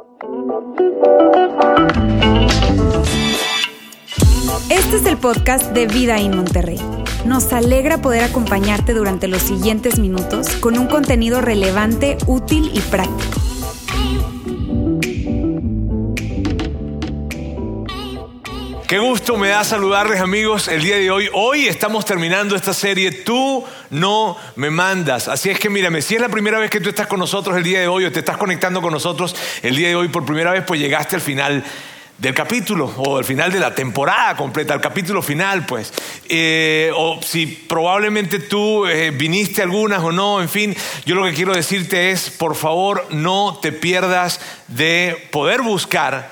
Este es el podcast de Vida en Monterrey. Nos alegra poder acompañarte durante los siguientes minutos con un contenido relevante, útil y práctico. Qué gusto me da saludarles, amigos, el día de hoy. Hoy estamos terminando esta serie Tú no me mandas. Así es que mírame, si es la primera vez que tú estás con nosotros el día de hoy o te estás conectando con nosotros el día de hoy por primera vez, pues llegaste al final del capítulo o al final de la temporada completa, al capítulo final, pues. O si probablemente tú viniste algunas o no, en fin, yo lo que quiero decirte es, por favor, no te pierdas de poder buscar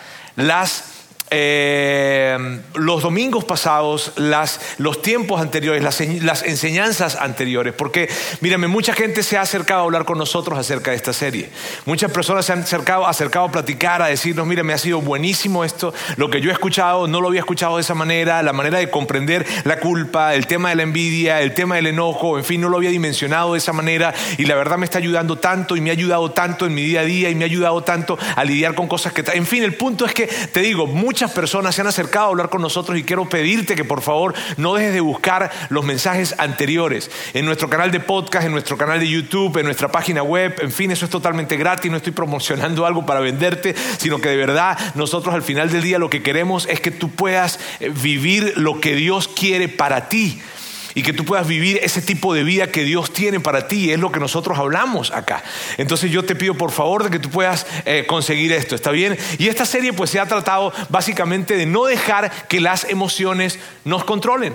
los domingos pasados, los tiempos anteriores, las enseñanzas anteriores, porque mírame, mucha gente se ha acercado a hablar con nosotros acerca de esta serie. Muchas personas se han acercado a platicar, a decirnos, mira, me ha sido buenísimo esto, lo que yo he escuchado no lo había escuchado de esa manera, la manera de comprender la culpa, el tema de la envidia, el tema del enojo, en fin, no lo había dimensionado de esa manera y la verdad me está ayudando tanto y me ha ayudado tanto en mi día a día y me ha ayudado tanto a lidiar con cosas que... En fin, el punto es que, te digo, muchas personas se han acercado a hablar con nosotros y quiero pedirte que por favor no dejes de buscar los mensajes anteriores en nuestro canal de podcast, en nuestro canal de YouTube, en nuestra página web. En fin, eso es totalmente gratis, no estoy promocionando algo para venderte, sino que de verdad nosotros al final del día lo que queremos es que tú puedas vivir lo que Dios quiere para ti. Y que tú puedas vivir ese tipo de vida que Dios tiene para ti. Es lo que nosotros hablamos acá. Entonces yo te pido por favor de que tú puedas conseguir esto, ¿está bien? Y esta serie pues se ha tratado básicamente de no dejar que las emociones nos controlen.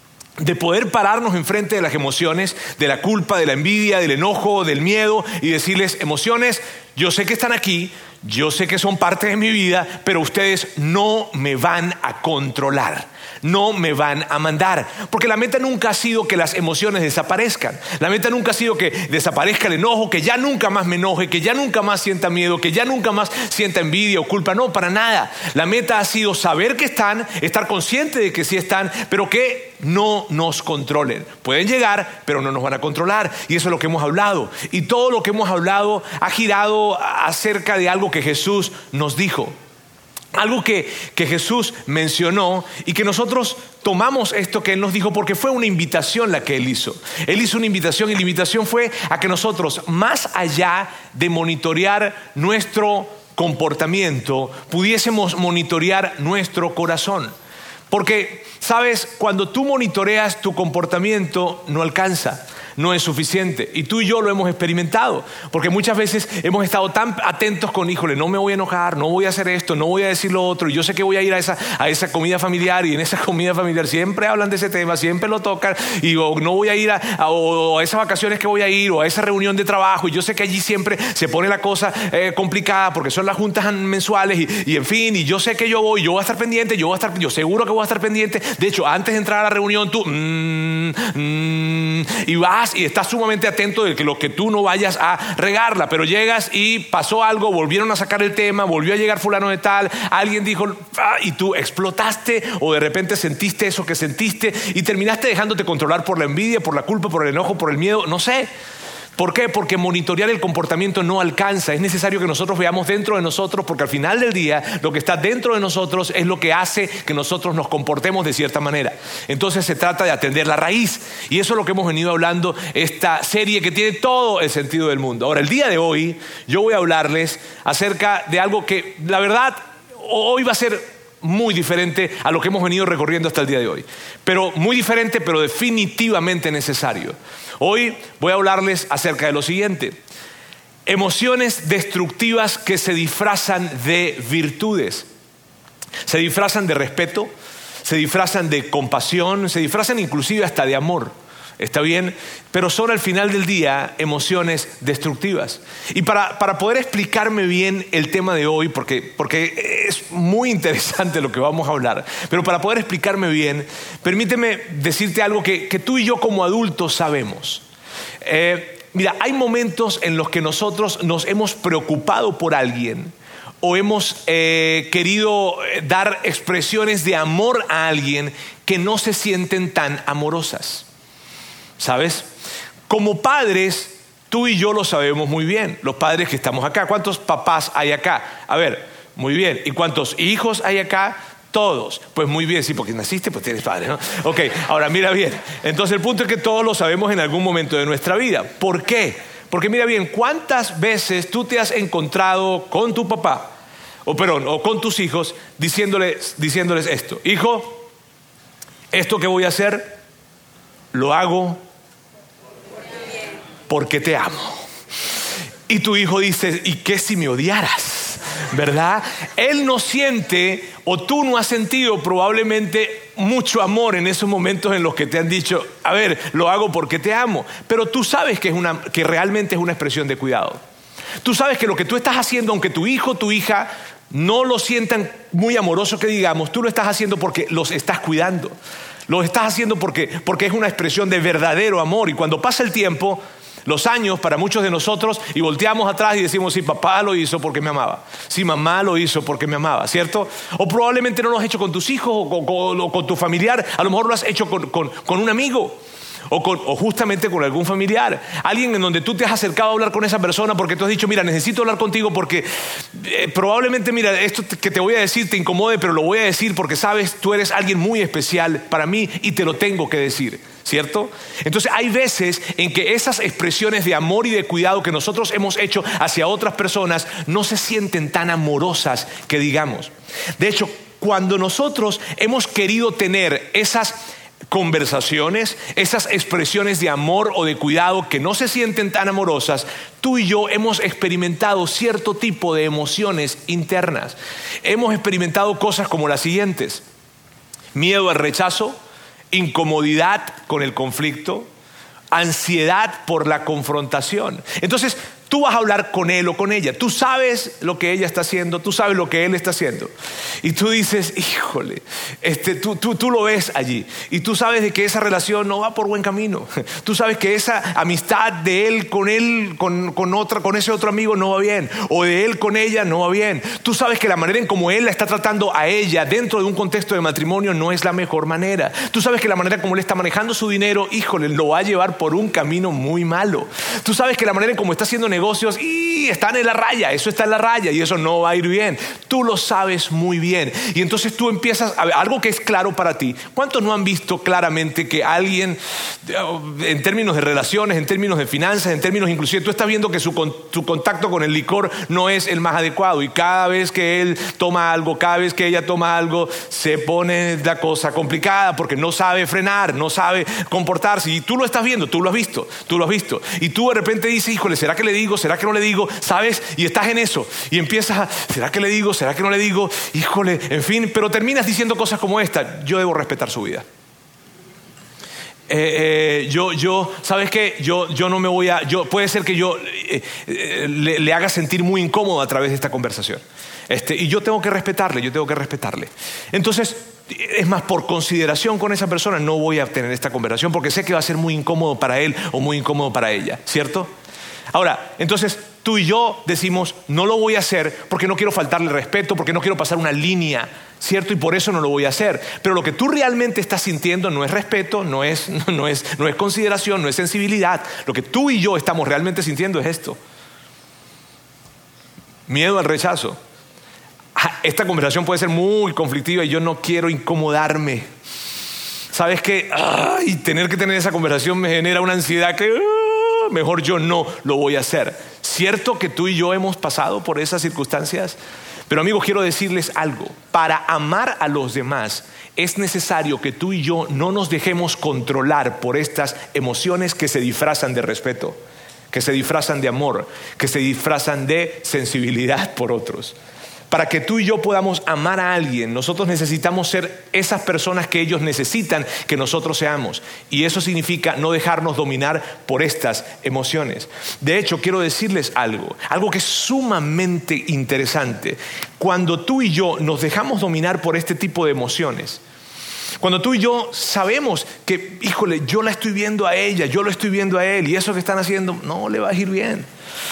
De poder pararnos enfrente de las emociones, de la culpa, de la envidia, del enojo, del miedo y decirles, emociones, yo sé que están aquí, yo sé que son parte de mi vida, pero ustedes no me van a controlar. No me van a mandar, porque la meta nunca ha sido que las emociones desaparezcan. La meta nunca ha sido que desaparezca el enojo, que ya nunca más me enoje, que ya nunca más sienta miedo, que ya nunca más sienta envidia o culpa. No, para nada. La meta ha sido saber que están, estar consciente de que sí están, pero que no nos controlen. Pueden llegar, pero no nos van a controlar. Y eso es lo que hemos hablado. Y todo lo que hemos hablado ha girado acerca de algo que Jesús nos dijo. Algo que Jesús mencionó y que nosotros tomamos esto que Él nos dijo porque fue una invitación la que Él hizo. Él hizo una invitación y la invitación fue a que nosotros, más allá de monitorear nuestro comportamiento, pudiésemos monitorear nuestro corazón. Porque, ¿sabes? Cuando tú monitoreas tu comportamiento no alcanza. No es suficiente. Y tú y yo lo hemos experimentado. Porque muchas veces hemos estado tan atentos con, híjole, no me voy a enojar, no voy a hacer esto, no voy a decir lo otro. Y yo sé que voy a ir a esa comida familiar. Y en esa comida familiar siempre hablan de ese tema, siempre lo tocan. Y no voy a ir a esas vacaciones que voy a ir o a esa reunión de trabajo. Y yo sé que allí siempre se pone la cosa complicada porque son las juntas mensuales. Y en fin, y yo sé que yo voy a estar pendiente, yo seguro que voy a estar pendiente. De hecho, antes de entrar a la reunión tú y vas y estás sumamente atento de que lo que tú no vayas a regarla, pero llegas y pasó algo, volvieron a sacar el tema, volvió a llegar fulano de tal, alguien dijo y tú explotaste o de repente sentiste eso que sentiste y terminaste dejándote controlar por la envidia, por la culpa, por el enojo, por el miedo, no sé. ¿Por qué? Porque monitorear el comportamiento no alcanza. Es necesario que nosotros veamos dentro de nosotros, porque al final del día lo que está dentro de nosotros es lo que hace que nosotros nos comportemos de cierta manera. Entonces se trata de atender la raíz. Y eso es lo que hemos venido hablando esta serie que tiene todo el sentido del mundo. Ahora, el día de hoy yo voy a hablarles acerca de algo que la verdad hoy va a ser muy diferente a lo que hemos venido recorriendo hasta el día de hoy. Pero muy diferente, pero definitivamente necesario. Hoy voy a hablarles acerca de lo siguiente: emociones destructivas que se disfrazan de virtudes. Se disfrazan de respeto, se disfrazan de compasión, se disfrazan inclusive hasta de amor. ¿Está bien? Pero son al final del día emociones destructivas. Y para poder explicarme bien el tema de hoy, porque es muy interesante lo que vamos a hablar, pero para poder explicarme bien, permíteme decirte algo que tú y yo como adultos sabemos. Mira, hay momentos en los que nosotros nos hemos preocupado por alguien o hemos querido dar expresiones de amor a alguien que no se sienten tan amorosas. ¿Sabes? Como padres, Tú y yo lo sabemos muy bien, los padres que estamos acá. ¿Cuántos papás hay acá? A ver, muy bien. ¿Y cuántos hijos hay acá? Todos. Pues muy bien, sí, porque naciste, pues tienes padre, ¿no? Ok, ahora mira bien. Entonces el punto es que todos lo sabemos en algún momento de nuestra vida. ¿Por qué? Porque mira bien, ¿cuántas veces tú te has encontrado con tu papá, o con tus hijos, diciéndoles esto? Hijo, esto que voy a hacer, lo hago porque te amo. Y tu hijo dice, ¿y qué si me odiaras? ¿Verdad? Él no siente, o tú no has sentido probablemente mucho amor en esos momentos en los que te han dicho, a ver, lo hago porque te amo. Pero tú sabes que realmente es una expresión de cuidado. Tú sabes que lo que tú estás haciendo, aunque tu hijo o tu hija no lo sientan muy amoroso que digamos, tú lo estás haciendo porque los estás cuidando. Lo estás haciendo porque es una expresión de verdadero amor. Y cuando pasa el tiempo, los años para muchos de nosotros, y volteamos atrás y decimos, sí, papá lo hizo porque me amaba, sí, mamá lo hizo porque me amaba, ¿cierto? O probablemente no lo has hecho con tus hijos o con tu familiar, a lo mejor lo has hecho con un amigo o justamente con algún familiar, alguien en donde tú te has acercado a hablar con esa persona porque tú has dicho, mira, necesito hablar contigo porque probablemente, mira, esto que te voy a decir te incomode, pero lo voy a decir porque sabes, tú eres alguien muy especial para mí y te lo tengo que decir, ¿cierto? Entonces hay veces en que esas expresiones de amor y de cuidado que nosotros hemos hecho hacia otras personas no se sienten tan amorosas que digamos. De hecho, cuando nosotros hemos querido tener esas conversaciones, esas expresiones de amor o de cuidado que no se sienten tan amorosas, tú y yo hemos experimentado cierto tipo de emociones internas. Hemos experimentado cosas como las siguientes: miedo al rechazo, incomodidad con el conflicto, ansiedad por la confrontación. Entonces tú vas a hablar con él o con ella, tú sabes lo que ella está haciendo, tú sabes lo que él está haciendo, y tú dices, híjole, tú lo ves allí, y tú sabes de que esa relación no va por buen camino, tú sabes que esa amistad de él, con ese otro amigo no va bien, o de él con ella no va bien, tú sabes que la manera en como él la está tratando a ella dentro de un contexto de matrimonio no es la mejor manera, tú sabes que la manera como él está manejando su dinero, híjole, lo va a llevar por un camino muy malo, tú sabes que la manera en como está haciendo negocios y están en la raya, eso está en la raya y eso no va a ir bien. Tú lo sabes muy bien. Y entonces tú empiezas a ver algo que es claro para ti. ¿Cuántos no han visto claramente que alguien, en términos de relaciones, en términos de finanzas, en términos inclusive, tú estás viendo que su contacto con el licor no es el más adecuado, y cada vez que él toma algo, cada vez que ella toma algo, se pone la cosa complicada porque no sabe frenar, no sabe comportarse, y tú lo estás viendo, tú lo has visto, y tú de repente dices, híjole, ¿será que le digo? ¿Será que no le digo? ¿Sabes? Y estás en eso y empiezas a, ¿será que le digo? ¿Será que no le digo? Híjole, en fin, pero terminas diciendo cosas como esta: yo debo respetar su vida. ¿Sabes qué? Yo no me voy a, puede ser que yo le haga sentir muy incómodo a través de esta conversación. Y yo tengo que respetarle. Entonces, es más, por consideración con esa persona no voy a tener esta conversación porque sé que va a ser muy incómodo para él o muy incómodo para ella, ¿cierto? Ahora, entonces tú y yo decimos, no lo voy a hacer porque no quiero faltarle respeto, porque no quiero pasar una línea, ¿cierto? Y por eso no lo voy a hacer. Pero lo que tú realmente estás sintiendo no es respeto, no es consideración, no es sensibilidad. Lo que tú y yo estamos realmente sintiendo es esto: miedo al rechazo. Esta conversación puede ser muy conflictiva y yo no quiero incomodarme. ¿Sabes qué? Tener que tener esa conversación me genera una ansiedad que mejor yo no lo voy a hacer. ¿Cierto que tú y yo hemos pasado por esas circunstancias? Pero amigos, quiero decirles algo: para amar a los demás es necesario que tú y yo no nos dejemos controlar por estas emociones que se disfrazan de respeto, que se disfrazan de amor, que se disfrazan de sensibilidad por otros. Para que tú y yo podamos amar a alguien, nosotros necesitamos ser esas personas que ellos necesitan que nosotros seamos. Y eso significa no dejarnos dominar por estas emociones. De hecho, quiero decirles algo que es sumamente interesante. Cuando tú y yo nos dejamos dominar por este tipo de emociones, cuando tú y yo sabemos que, híjole, yo la estoy viendo a ella, yo lo estoy viendo a él, y eso que están haciendo no le va a ir bien.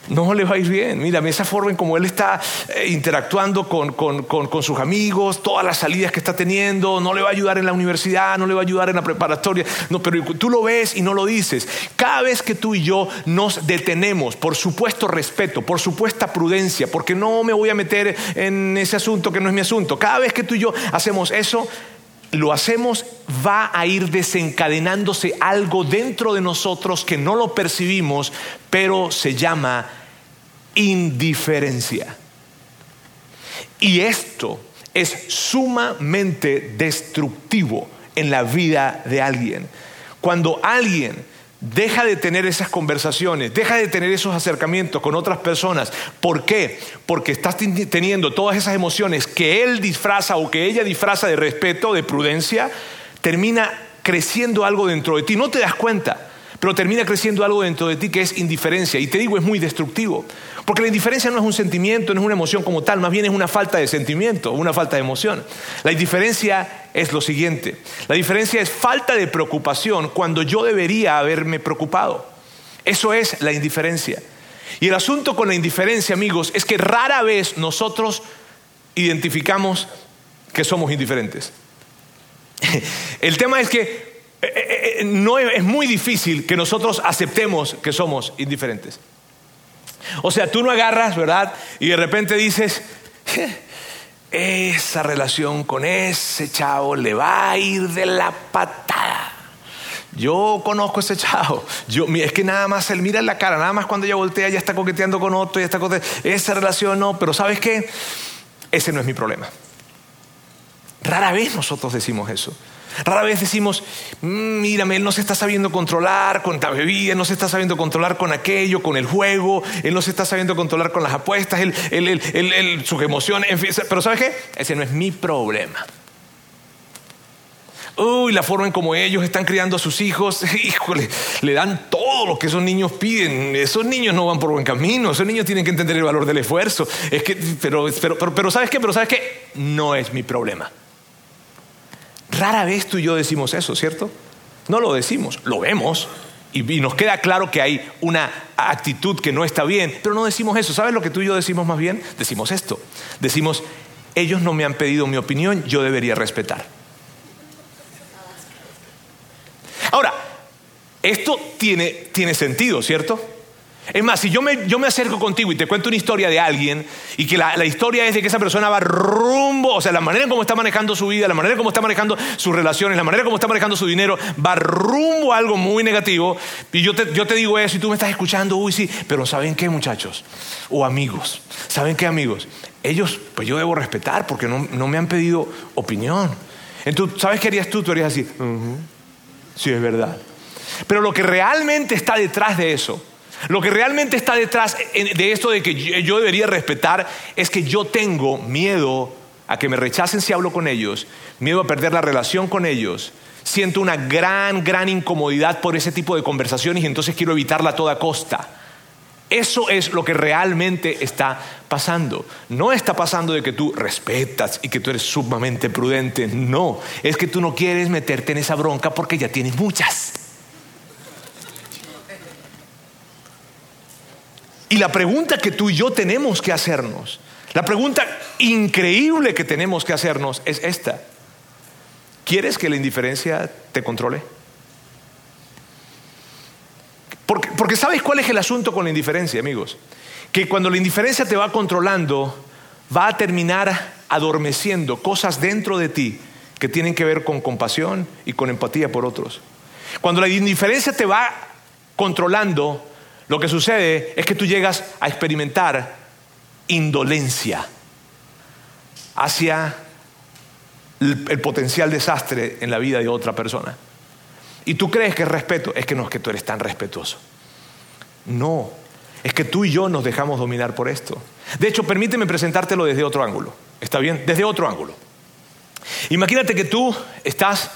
No le va a ir bien. Mira, esa forma en cómo él está interactuando con sus amigos, todas las salidas que está teniendo, no le va a ayudar en la universidad, no le va a ayudar en la preparatoria. No, pero tú lo ves y no lo dices. Cada vez que tú y yo nos detenemos, por supuesto respeto, por supuesta prudencia, porque no me voy a meter en ese asunto que no es mi asunto. Cada vez que tú y yo hacemos eso, lo hacemos, va a ir desencadenándose algo dentro de nosotros que no lo percibimos, pero se llama indiferencia. Y esto es sumamente destructivo en la vida de alguien. Cuando alguien deja de tener esas conversaciones, deja de tener esos acercamientos con otras personas. ¿Por qué? Porque estás teniendo todas esas emociones que él disfraza o que ella disfraza de respeto, de prudencia. Termina creciendo algo dentro de ti. No te das cuenta, pero termina creciendo algo dentro de ti que es indiferencia. Y te digo, es muy destructivo. Porque la indiferencia no es un sentimiento, no es una emoción como tal. Más bien es una falta de sentimiento, una falta de emoción. La indiferencia es lo siguiente. La diferencia es falta de preocupación cuando yo debería haberme preocupado. Eso es la indiferencia. Y el asunto con la indiferencia, amigos, es que rara vez nosotros identificamos que somos indiferentes. El tema es que no es muy difícil que nosotros aceptemos que somos indiferentes. O sea, tú no agarras, ¿verdad? Y de repente dices, esa relación con ese chavo le va a ir de la patada. Yo conozco a ese chavo. Es que nada más él mira en la cara, nada más cuando ella voltea ya está coqueteando con otro, ya está esa relación no. Pero ¿sabes qué? Ese no es mi problema. Rara vez nosotros decimos eso. Rara vez decimos, mírame, él no se está sabiendo controlar con la bebida, no se está sabiendo controlar con aquello, con el juego, él no se está sabiendo controlar con las apuestas, sus emociones, en fin. Pero ¿sabes qué? Ese no es mi problema. La forma en cómo ellos están criando a sus hijos, híjole, le dan todo lo que esos niños piden. Esos niños no van por buen camino, esos niños tienen que entender el valor del esfuerzo. Pero ¿sabes qué? Pero ¿sabes qué? No es mi problema. Rara vez tú y yo decimos eso, ¿cierto? No lo decimos, lo vemos y nos queda claro que hay una actitud que no está bien, pero no decimos eso. ¿Sabes lo que tú y yo decimos más bien? Decimos esto. Decimos, ellos no me han pedido mi opinión, yo debería respetar. Ahora, esto tiene sentido, ¿cierto? Es más, si yo me acerco contigo y te cuento una historia de alguien y que la historia es de que esa persona va rumbo, o sea, la manera en cómo está manejando su vida, la manera en cómo está manejando sus relaciones, la manera en cómo está manejando su dinero, va rumbo a algo muy negativo, y yo te digo eso y tú me estás escuchando, sí, pero ¿saben qué, muchachos? O amigos, ¿saben qué, amigos? Ellos, pues yo debo respetar porque no me han pedido opinión. Entonces, ¿sabes qué harías tú? Tú harías así, sí, es verdad. Pero lo que realmente está detrás de eso, lo que realmente está detrás de esto de que yo debería respetar, es que yo tengo miedo a que me rechacen si hablo con ellos, miedo a perder la relación con ellos. Siento una gran incomodidad por ese tipo de conversaciones y entonces quiero evitarla a toda costa. Eso es lo que realmente está pasando. No está pasando de que tú respetas y que tú eres sumamente prudente. No, es que tú no quieres meterte en esa bronca porque ya tienes muchas. Y la pregunta que tú y yo tenemos que hacernos, la pregunta increíble que tenemos que hacernos es esta: ¿quieres que la indiferencia te controle? Porque ¿sabes cuál es el asunto con la indiferencia, amigos? Que cuando la indiferencia te va controlando, va a terminar adormeciendo cosas dentro de ti que tienen que ver con compasión y con empatía por otros. Cuando la indiferencia te va controlando, lo que sucede es que tú llegas a experimentar indolencia hacia el potencial desastre en la vida de otra persona. Y tú crees que es respeto. Es que no es que tú eres tan respetuoso. No, es que tú y yo nos dejamos dominar por esto. De hecho, permíteme presentártelo desde otro ángulo. ¿Está bien? Desde otro ángulo. Imagínate que tú estás,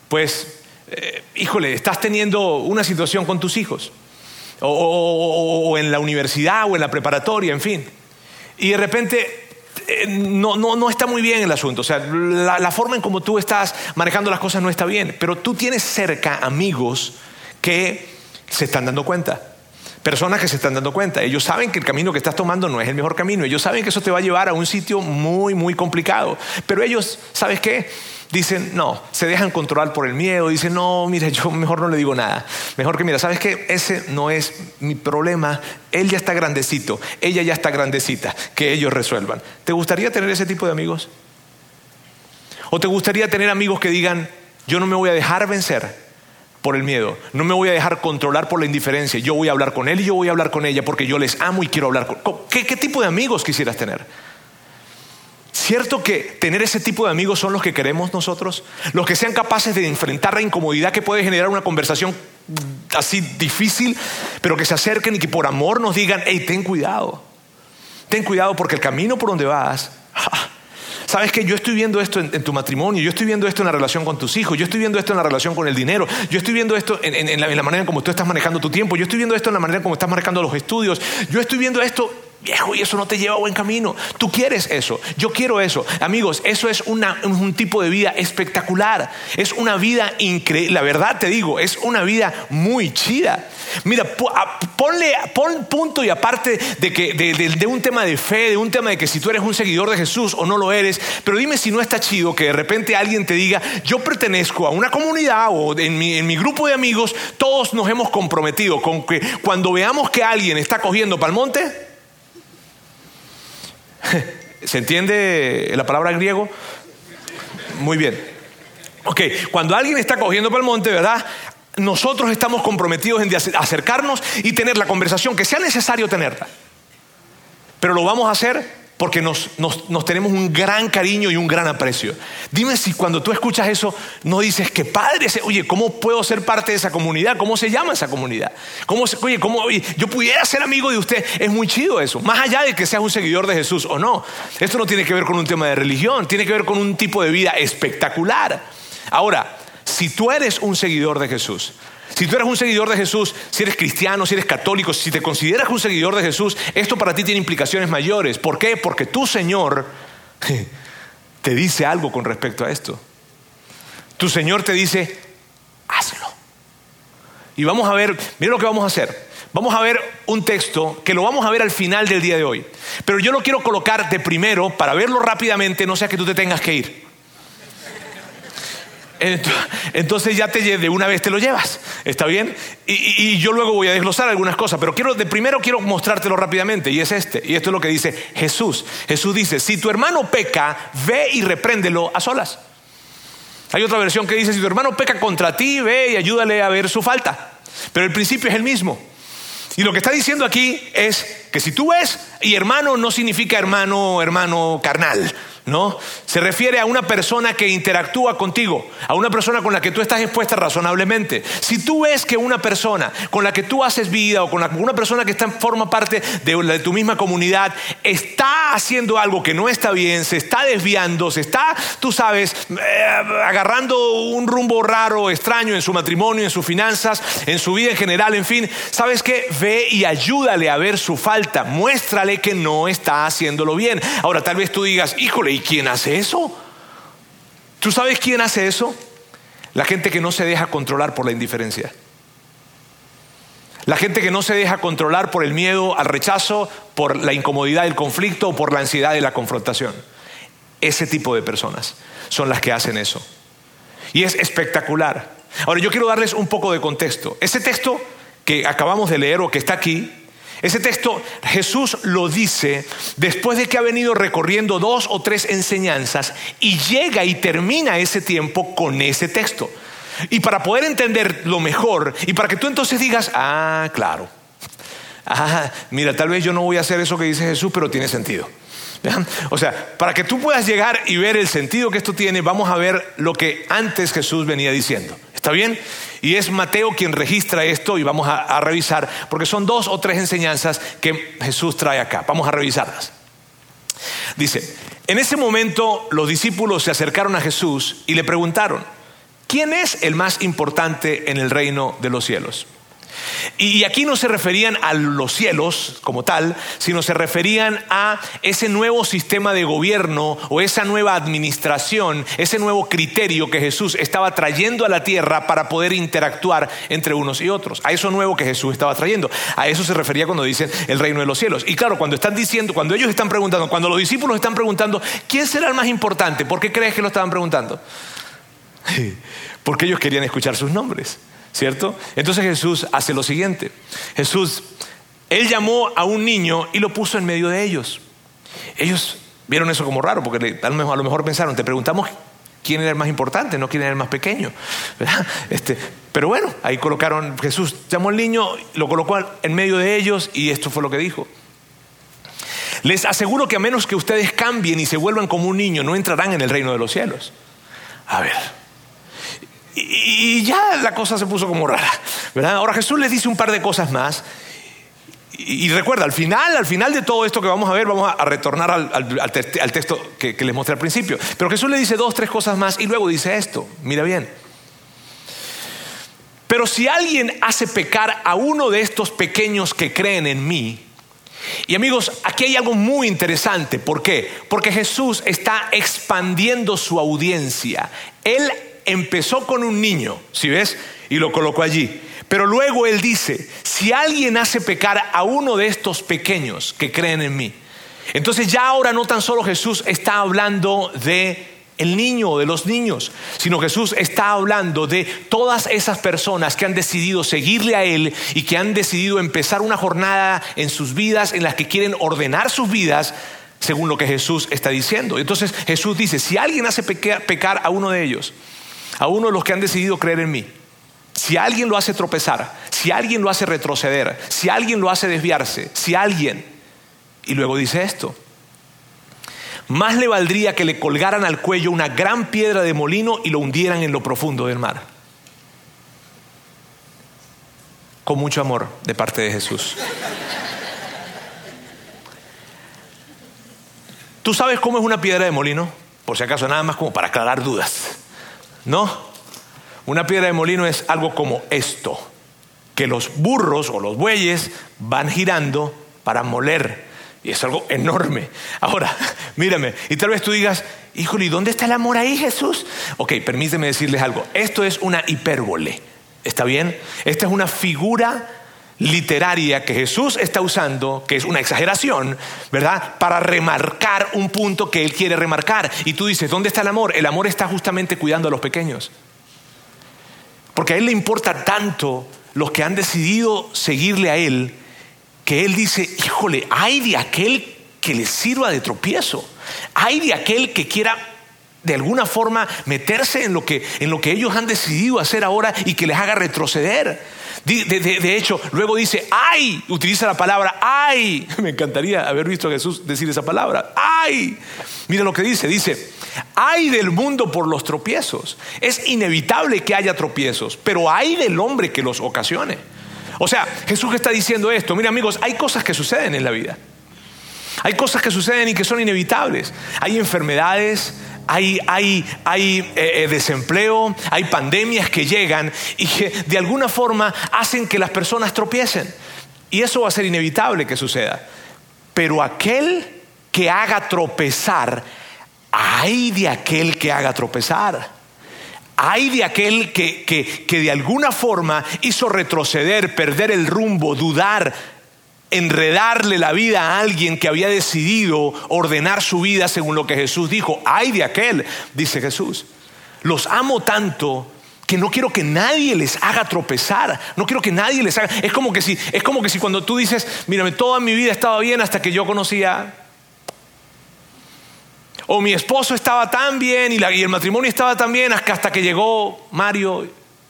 estás teniendo una situación con tus hijos. O en la universidad o en la preparatoria, en fin. Y de repente no está muy bien el asunto. O sea, la forma en cómo tú estás manejando las cosas no está bien. Pero tú tienes cerca amigos que se están dando cuenta. Personas que se están dando cuenta. Ellos saben que el camino que estás tomando no es el mejor camino. Ellos saben que eso te va a llevar a un sitio muy, muy complicado. Pero ellos, ¿sabes qué? Dicen, no, se dejan controlar por el miedo. Dicen, no, mira, yo mejor no le digo nada. Mejor que, mira, ¿sabes qué? Ese no es mi problema. Él ya está grandecito. Ella ya está grandecita. Que ellos resuelvan. ¿Te gustaría tener ese tipo de amigos? ¿O te gustaría tener amigos que digan, yo no me voy a dejar vencer por el miedo, no me voy a dejar controlar por la indiferencia, yo voy a hablar con él y yo voy a hablar con ella porque yo les amo y quiero hablar con... ¿Qué tipo de amigos quisieras tener? ¿Cierto que tener ese tipo de amigos son los que queremos nosotros? Los que sean capaces de enfrentar la incomodidad que puede generar una conversación así difícil, pero que se acerquen y que por amor nos digan, hey, ten cuidado porque el camino por donde vas... ¿Sabes qué? Yo estoy viendo esto en tu matrimonio, yo estoy viendo esto en la relación con tus hijos, yo estoy viendo esto en la relación con el dinero, yo estoy viendo esto en la manera en cómo tú estás manejando tu tiempo, yo estoy viendo esto en la manera en cómo estás manejando los estudios, yo estoy viendo esto, viejo, y eso no te lleva a buen camino. Tú quieres eso, yo quiero eso. Amigos, eso es un tipo de vida espectacular, es una vida increíble, la verdad te digo, es una vida muy chida. Mira, pon punto y aparte de un tema de fe, de un tema de que si tú eres un seguidor de Jesús o no lo eres, pero dime si no está chido que de repente alguien te diga, yo pertenezco a una comunidad o en mi grupo de amigos, todos nos hemos comprometido con que cuando veamos que alguien está cogiendo pa'l monte, ¿se entiende la palabra en griego? Muy bien. Ok, cuando alguien está cogiendo pa'l monte, ¿verdad? Nosotros estamos comprometidos en acercarnos y tener la conversación que sea necesario tenerla. Pero lo vamos a hacer porque nos tenemos un gran cariño y un gran aprecio. Dime si cuando tú escuchas eso no dices que padre, oye, ¿cómo puedo ser parte de esa comunidad? ¿Cómo se llama esa comunidad? Oye, yo pudiera ser amigo de usted. Es muy chido eso. Más allá de que seas un seguidor de Jesús o no. Esto no tiene que ver con un tema de religión. Tiene que ver con un tipo de vida espectacular. Ahora, si tú eres un seguidor de Jesús, si tú eres un seguidor de Jesús, si eres cristiano, si eres católico, si te consideras un seguidor de Jesús, esto para ti tiene implicaciones mayores. ¿Por qué? Porque tu Señor te dice algo con respecto a esto. Tu Señor te dice, hazlo. Y vamos a ver, mira lo que vamos a hacer. Vamos a ver un texto que lo vamos a ver al final del día de hoy. Pero yo lo quiero colocar de primero para verlo rápidamente, no sea que tú te tengas que ir. Entonces ya de una vez te lo llevas, ¿está bien? Y yo luego voy a desglosar algunas cosas, pero primero quiero mostrártelo rápidamente, y es y esto es lo que dice Jesús. Jesús dice, si tu hermano peca, ve y repréndelo a solas. Hay otra versión que dice, si tu hermano peca contra ti, ve y ayúdale a ver su falta. Pero el principio es el mismo. Y lo que está diciendo aquí es que si tú ves, y hermano no significa hermano carnal, ¿no? Se refiere a una persona que interactúa contigo, a una persona con la que tú estás expuesta razonablemente. Si tú ves que una persona con la que tú haces vida o con una persona que forma parte de tu misma comunidad está haciendo algo que no está bien, se está desviando, se está, tú sabes, agarrando un rumbo raro, extraño en su matrimonio, en sus finanzas, en su vida en general, en fin, ¿sabes qué? Ve y ayúdale a ver su falta, muéstrale que no está haciéndolo bien. Ahora tal vez tú digas, híjole, ¿y quién hace eso? ¿Tú sabes quién hace eso? La gente que no se deja controlar por la indiferencia. La gente que no se deja controlar por el miedo al rechazo, por la incomodidad del conflicto o por la ansiedad de la confrontación. Ese tipo de personas son las que hacen eso. Y es espectacular. Ahora yo quiero darles un poco de contexto. Ese texto que acabamos de leer o que está aquí, ese texto Jesús lo dice después de que ha venido recorriendo 2 o 3 enseñanzas y llega y termina ese tiempo con ese texto. Y para poder entenderlo mejor y para que tú entonces digas, claro, mira, tal vez yo no voy a hacer eso que dice Jesús, pero tiene sentido. ¿Vean? O sea, para que tú puedas llegar y ver el sentido que esto tiene, vamos a ver lo que antes Jesús venía diciendo. ¿Está bien? Y es Mateo quien registra esto y vamos a revisar, porque son 2 o 3 enseñanzas que Jesús trae acá. Vamos a revisarlas. Dice, en ese momento los discípulos se acercaron a Jesús y le preguntaron, ¿quién es el más importante en el reino de los cielos? Y aquí no se referían a los cielos como tal, sino se referían a ese nuevo sistema de gobierno o esa nueva administración, ese nuevo criterio que Jesús estaba trayendo a la tierra para poder interactuar entre unos y otros. A eso nuevo que Jesús estaba trayendo. A eso se refería cuando dicen el reino de los cielos. Y claro, cuando están diciendo, cuando ellos están preguntando, cuando los discípulos están preguntando, ¿quién será el más importante? ¿Por qué crees que lo estaban preguntando? Porque ellos querían escuchar sus nombres, ¿cierto? Entonces Jesús hace lo siguiente. Él llamó a un niño y lo puso en medio de ellos. Ellos vieron eso como raro, porque a lo mejor pensaron, te preguntamos quién era el más importante, no quién era el más pequeño, ¿verdad? Pero bueno, ahí colocaron, Jesús llamó al niño, lo colocó en medio de ellos y esto fue lo que dijo. Les aseguro que a menos que ustedes cambien y se vuelvan como un niño, no entrarán en el reino de los cielos. A ver. Y ya la cosa se puso como rara, ¿verdad? Ahora Jesús les dice un par de cosas más. Y recuerda, al final de todo esto que vamos a ver, vamos a retornar al texto que les mostré al principio. Pero Jesús le dice 2, 3 cosas más y luego dice esto. Mira bien. Pero si alguien hace pecar a uno de estos pequeños que creen en mí. Y amigos, aquí hay algo muy interesante. ¿Por qué? Porque Jesús está expandiendo su audiencia. Él empezó con un niño, ¿sí ves? Y lo colocó allí. Pero luego Él dice, si alguien hace pecar a uno de estos pequeños que creen en mí. Entonces ya ahora no tan solo Jesús está hablando de el niño o de los niños, sino Jesús está hablando de todas esas personas que han decidido seguirle a Él y que han decidido empezar una jornada en sus vidas en las que quieren ordenar sus vidas según lo que Jesús está diciendo. Entonces Jesús dice, si alguien hace pecar a uno de ellos, a uno de los que han decidido creer en mí, si alguien lo hace tropezar, si alguien lo hace retroceder, si alguien lo hace desviarse, y luego dice esto, más le valdría que le colgaran al cuello una gran piedra de molino y lo hundieran en lo profundo del mar. Con mucho amor de parte de Jesús. ¿Tú sabes cómo es una piedra de molino? Por si acaso, nada más como para aclarar dudas. ¿No? Una piedra de molino es algo como esto, que los burros o los bueyes van girando para moler. Y es algo enorme. Ahora, mírame, y tal vez tú digas, híjole, ¿y dónde está el amor ahí, Jesús? Ok, permíteme decirles algo. Esto es una hipérbole, ¿está bien? Esta es una figura literaria que Jesús está usando, que es una exageración, ¿verdad? Para remarcar un punto que Él quiere remarcar. Y tú dices, ¿dónde está el amor? El amor está justamente cuidando a los pequeños. Porque a Él le importa tanto los que han decidido seguirle a Él, que Él dice, híjole, hay de aquel que les sirva de tropiezo. Hay de aquel que quiera de alguna forma meterse en lo que ellos han decidido hacer ahora y que les haga retroceder. De hecho, luego dice, ¡ay! Utiliza la palabra ¡ay! Me encantaría haber visto a Jesús decir esa palabra. ¡Ay! Mira lo que dice, ¡ay del mundo por los tropiezos! Es inevitable que haya tropiezos, pero ¡ay del hombre que los ocasione! O sea, Jesús está diciendo esto. Mira, amigos, hay cosas que suceden en la vida. Hay cosas que suceden y que son inevitables. Hay enfermedades, hay desempleo, hay pandemias que llegan y que de alguna forma hacen que las personas tropiecen. Y eso va a ser inevitable que suceda. Pero aquel que haga tropezar, ay de aquel que haga tropezar. Hay de aquel que de alguna forma hizo retroceder, perder el rumbo, dudar, enredarle la vida a alguien que había decidido ordenar su vida según lo que Jesús dijo. Hay de aquel, dice Jesús. Los amo tanto que no quiero que nadie les haga tropezar. No quiero que nadie les haga. Es como que si cuando tú dices, mírame, toda mi vida estaba bien hasta que yo conocía. O mi esposo estaba tan bien y el matrimonio estaba tan bien hasta que llegó Mario.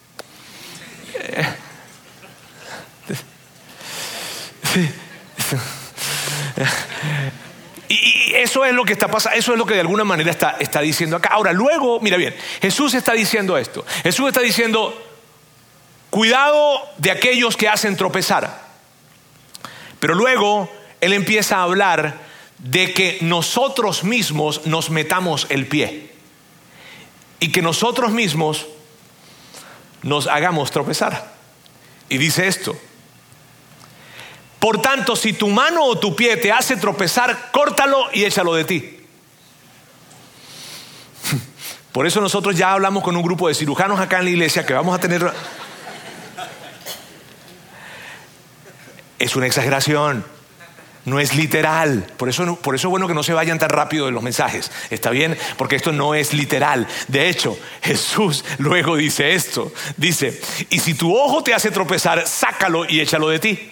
Y eso es lo que está pasando, eso es lo que de alguna manera está diciendo acá. Ahora, luego, mira bien, Jesús está diciendo esto. Jesús está diciendo, cuidado de aquellos que hacen tropezar. Pero luego, Él empieza a hablar de que nosotros mismos nos metamos el pie y que nosotros mismos nos hagamos tropezar. Y dice esto, Por tanto, si tu mano o tu pie te hace tropezar, córtalo y échalo de ti. Por eso nosotros ya hablamos con un grupo de cirujanos acá en la iglesia que vamos a tener... Es una exageración, no es literal. Por eso es bueno que no se vayan tan rápido de los mensajes, ¿está bien? Porque esto no es literal. De hecho, Jesús luego dice esto. Dice, y si tu ojo te hace tropezar, sácalo y échalo de ti.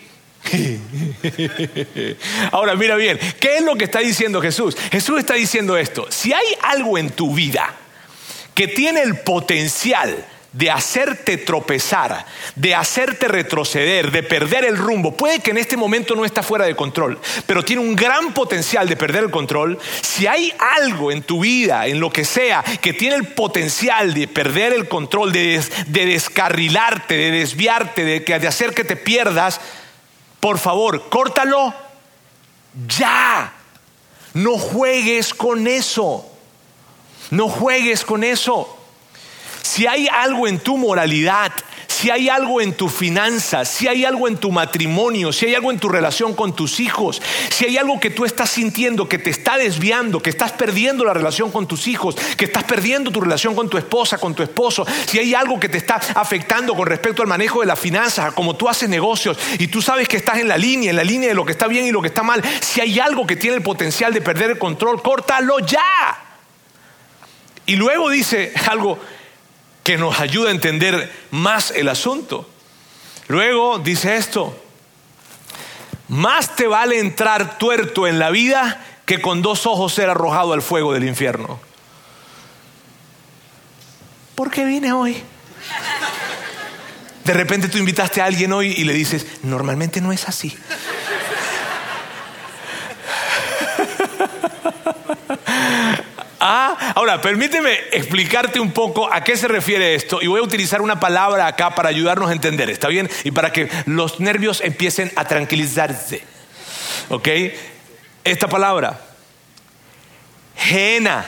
Ahora mira bien, ¿qué es lo que está diciendo Jesús? Jesús está diciendo esto: si hay algo en tu vida que tiene el potencial de hacerte tropezar, de hacerte retroceder, de perder el rumbo, puede que en este momento no está fuera de control, pero tiene un gran potencial de perder el control. Si hay algo en tu vida, en lo que sea, que tiene el potencial de perder el control, de descarrilarte, de desviarte, de hacer que te pierdas, por favor, córtalo ya. No juegues con eso. No juegues con eso. Si hay algo en tu moralidad, si hay algo en tu finanzas, si hay algo en tu matrimonio, si hay algo en tu relación con tus hijos, si hay algo que tú estás sintiendo que te está desviando, que estás perdiendo la relación con tus hijos, que estás perdiendo tu relación con tu esposa, con tu esposo, si hay algo que te está afectando con respecto al manejo de las finanzas, a cómo tú haces negocios y tú sabes que estás en la línea de lo que está bien y lo que está mal, si hay algo que tiene el potencial de perder el control, córtalo ya. Y luego dice algo que nos ayuda a entender más el asunto. Luego dice esto: más te vale entrar tuerto en la vida que con 2 ojos ser arrojado al fuego del infierno. ¿Por qué vine hoy? De repente tú invitaste a alguien hoy y le dices, normalmente no es así. Ahora, permíteme explicarte un poco a qué se refiere esto, y voy a utilizar una palabra acá para ayudarnos a entender, ¿está bien? Y para que los nervios empiecen a tranquilizarse, ¿ok? Esta palabra, Gehenna.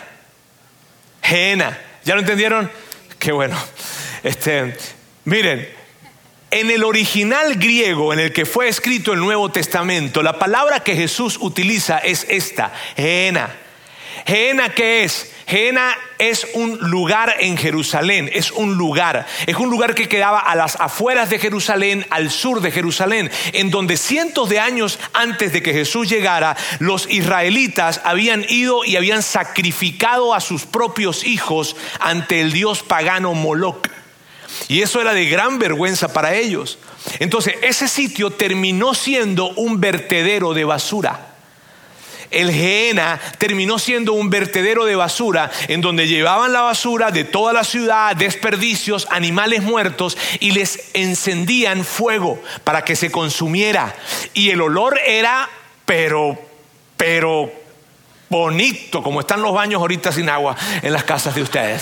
¿Ya lo entendieron? Qué bueno. Miren, en el original griego en el que fue escrito el Nuevo Testamento, la palabra que Jesús utiliza es esta, Gehenna. Gehenna, ¿qué es? Gehenna es un lugar en Jerusalén, es un lugar que quedaba a las afueras de Jerusalén, al sur de Jerusalén, en donde cientos de años antes de que Jesús llegara, los israelitas habían ido y habían sacrificado a sus propios hijos ante el dios pagano Moloc. Y eso era de gran vergüenza para ellos. Entonces ese sitio terminó siendo un vertedero de basura. El Gehenna terminó siendo un vertedero de basura en donde llevaban la basura de toda la ciudad, desperdicios, animales muertos, y les encendían fuego para que se consumiera. Y el olor era pero bonito, como están los baños ahorita sin agua en las casas de ustedes.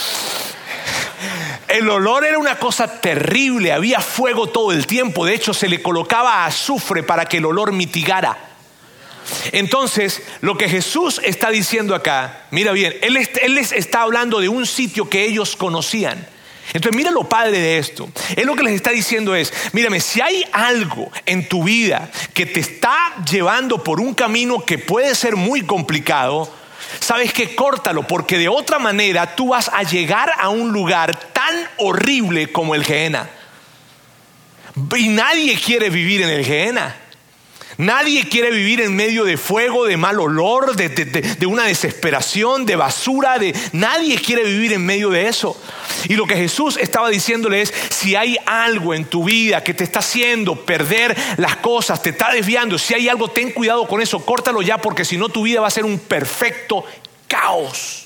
El olor era una cosa terrible, había fuego todo el tiempo. De hecho, se le colocaba azufre para que el olor mitigara. Entonces, lo que Jesús está diciendo acá, mira bien, Él les está hablando de un sitio que ellos conocían. Entonces, mira lo padre de esto. Él lo que les está diciendo es, mírame, si hay algo en tu vida que te está llevando por un camino que puede ser muy complicado, sabes que córtalo, porque de otra manera tú vas a llegar a un lugar tan horrible como el Gehenna. Y nadie quiere vivir en el Gehenna. Nadie quiere vivir en medio de fuego, de mal olor, de una desesperación, de basura. Nadie quiere vivir en medio de eso. Y lo que Jesús estaba diciéndole es, si hay algo en tu vida que te está haciendo perder las cosas, te está desviando, si hay algo, ten cuidado con eso, córtalo ya, porque si no tu vida va a ser un perfecto caos.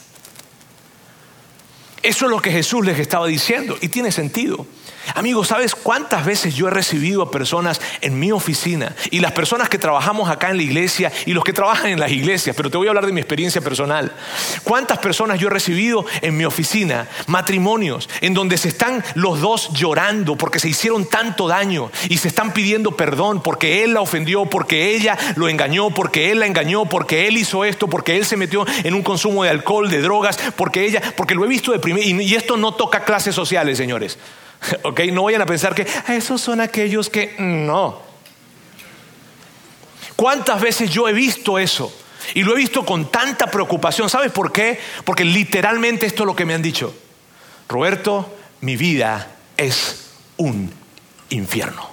Eso es lo que Jesús les estaba diciendo, y tiene sentido. Amigos, ¿sabes cuántas veces yo he recibido a personas en mi oficina? Y las personas que trabajamos acá en la iglesia y los que trabajan en las iglesias, pero te voy a hablar de mi experiencia personal. ¿Cuántas personas yo he recibido en mi oficina? Matrimonios en donde se están los dos llorando porque se hicieron tanto daño y se están pidiendo perdón porque él la ofendió, porque ella lo engañó, porque él la engañó, porque él hizo esto, porque él se metió en un consumo de alcohol, de drogas, porque lo he visto de primera. Y esto no toca clases sociales, señores. Okay, no vayan a pensar que esos son aquellos que no. ¿Cuántas veces yo he visto eso? Y lo he visto con tanta preocupación. ¿Sabes por qué? Porque literalmente esto es lo que me han dicho. Roberto, mi vida es un infierno.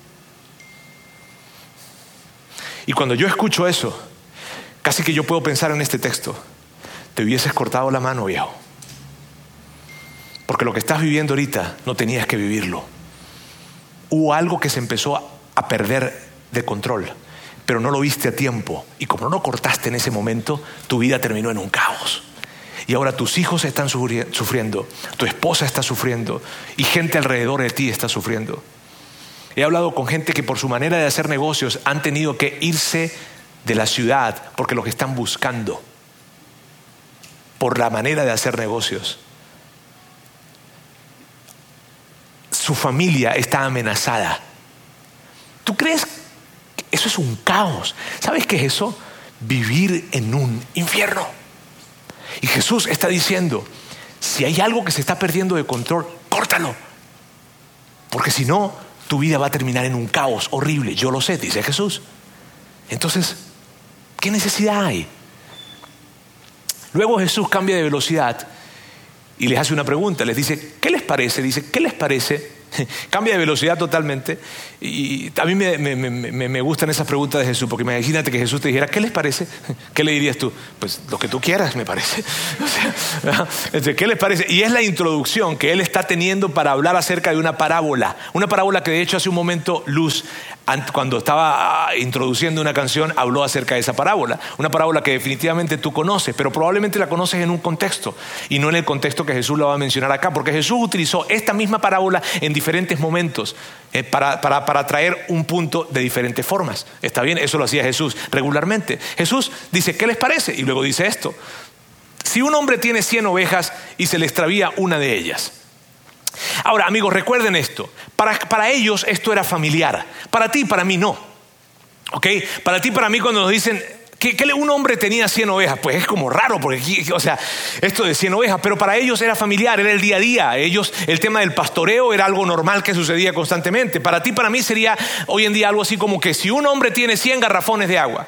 Y cuando yo escucho eso, casi que yo puedo pensar en este texto. Te hubieses cortado la mano, viejo. Porque lo que estás viviendo ahorita no tenías que vivirlo. Hubo algo que se empezó a perder de control, pero no lo viste a tiempo. Y como no lo cortaste en ese momento, tu vida terminó en un caos. Y ahora tus hijos están sufriendo, tu esposa está sufriendo y gente alrededor de ti está sufriendo. He hablado con gente que por su manera de hacer negocios han tenido que irse de la ciudad porque lo que están buscando, por la manera de hacer negocios, su familia está amenazada. ¿Tú crees que eso es un caos? ¿Sabes qué es eso? Vivir en un infierno. Y Jesús está diciendo, si hay algo que se está perdiendo de control, córtalo. Porque si no, tu vida va a terminar en un caos horrible. Yo lo sé, dice Jesús. Entonces, ¿qué necesidad hay? Luego Jesús cambia de velocidad y les hace una pregunta. Les dice, ¿qué les parece? Dice, ¿qué les parece? Cambia de velocidad totalmente. Y a mí me gustan esas preguntas de Jesús, porque imagínate que Jesús te dijera, ¿qué les parece? ¿Qué le dirías tú? Pues lo que tú quieras, me parece. O sea, ¿qué les parece? Y es la introducción que él está teniendo para hablar acerca de una parábola que de hecho hace un momento Luz, cuando estaba introduciendo una canción, habló acerca de esa parábola. Una parábola que definitivamente tú conoces, pero probablemente la conoces en un contexto y no en el contexto que Jesús la va a mencionar acá, porque Jesús utilizó esta misma parábola en diferentes momentos para traer un punto de diferentes formas. ¿Está bien? Eso lo hacía Jesús regularmente. Jesús dice, ¿qué les parece? Y luego dice esto: si un hombre tiene 100 ovejas y se le extravía una de ellas. Ahora, amigos, recuerden esto. Para ellos esto era familiar. Para ti y para mí no. ¿Ok? Para ti y para mí cuando nos dicen que un hombre tenía 100 ovejas, pues es como raro, porque o sea, esto de 100 ovejas, pero para ellos era familiar, era el día a día. Ellos, el tema del pastoreo era algo normal que sucedía constantemente. Para ti y para mí sería hoy en día algo así como que si un hombre tiene 100 garrafones de agua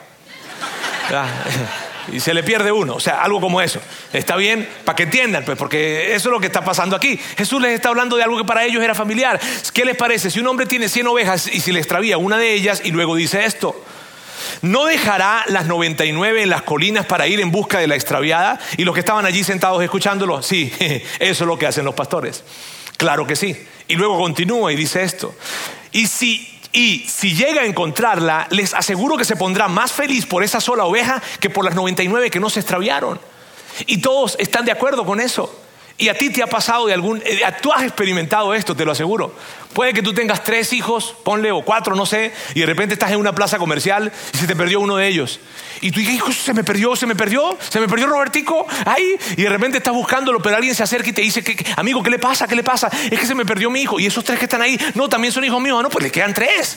y se le pierde uno, o sea, algo como eso. ¿Está bien? Para que entiendan, pues, porque eso es lo que está pasando aquí. Jesús les está hablando de algo que para ellos era familiar. ¿Qué les parece? Si un hombre tiene 100 ovejas y se le extravía una de ellas, y luego dice esto: ¿no dejará las 99 en las colinas para ir en busca de la extraviada? Y los que estaban allí sentados escuchándolo, sí, eso es lo que hacen los pastores. Claro que sí. Y luego continúa y dice esto: y si llega a encontrarla, les aseguro que se pondrá más feliz por esa sola oveja que por las 99 que no se extraviaron. Y todos están de acuerdo con eso. Y a ti te ha pasado tú has experimentado esto, te lo aseguro. Puede que tú tengas 3 hijos, ponle, o 4, no sé, y de repente estás en una plaza comercial y se te perdió uno de ellos. Y tú dices, hijo, se me perdió Robertico, ay, y de repente estás buscándolo, pero alguien se acerca y te dice, amigo, ¿qué le pasa? Es que se me perdió mi hijo. Y esos 3 que están ahí, no, también son hijos míos. No, pues le quedan 3.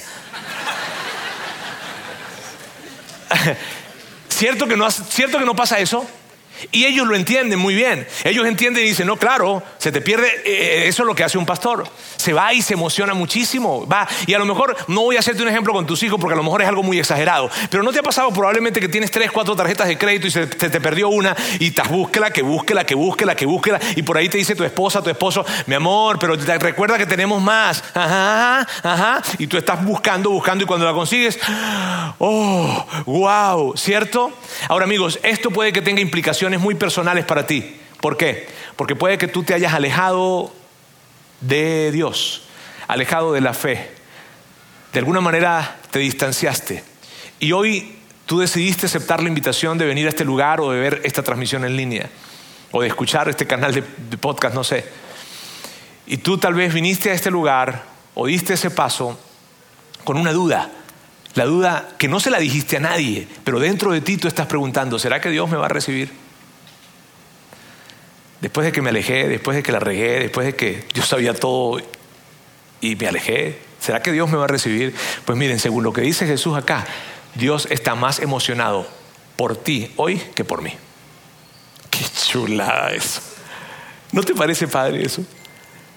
¿Cierto que no pasa eso? Y ellos lo entienden muy bien. Ellos entienden y dicen, no, claro, se te pierde. Eso es lo que hace un pastor. Se va y se emociona muchísimo. Va. Y a lo mejor, no voy a hacerte un ejemplo con tus hijos porque a lo mejor es algo muy exagerado, pero ¿no te ha pasado probablemente que tienes 3, 4 tarjetas de crédito y se te perdió una y estás búsquela, y por ahí te dice tu esposa, tu esposo, mi amor, pero te recuerda que tenemos más. Ajá. Y tú estás buscando y cuando la consigues, oh, wow, ¿cierto? Ahora, amigos, esto puede que tenga implicaciones muy personales para ti. ¿Por qué? Porque puede que tú te hayas alejado de Dios, alejado de la fe. De alguna manera te distanciaste y hoy tú decidiste aceptar la invitación de venir a este lugar o de ver esta transmisión en línea o de escuchar este canal de podcast, no sé. Y tú tal vez viniste a este lugar o diste ese paso con una duda. La duda que no se la dijiste a nadie, pero dentro de ti tú estás preguntando, ¿será que Dios me va a recibir? Después de que me alejé, después de que la regué, después de que yo sabía todo y me alejé, ¿será que Dios me va a recibir? Pues miren, según lo que dice Jesús acá, Dios está más emocionado por ti hoy que por mí. ¡Qué chulada eso! ¿No te parece padre eso?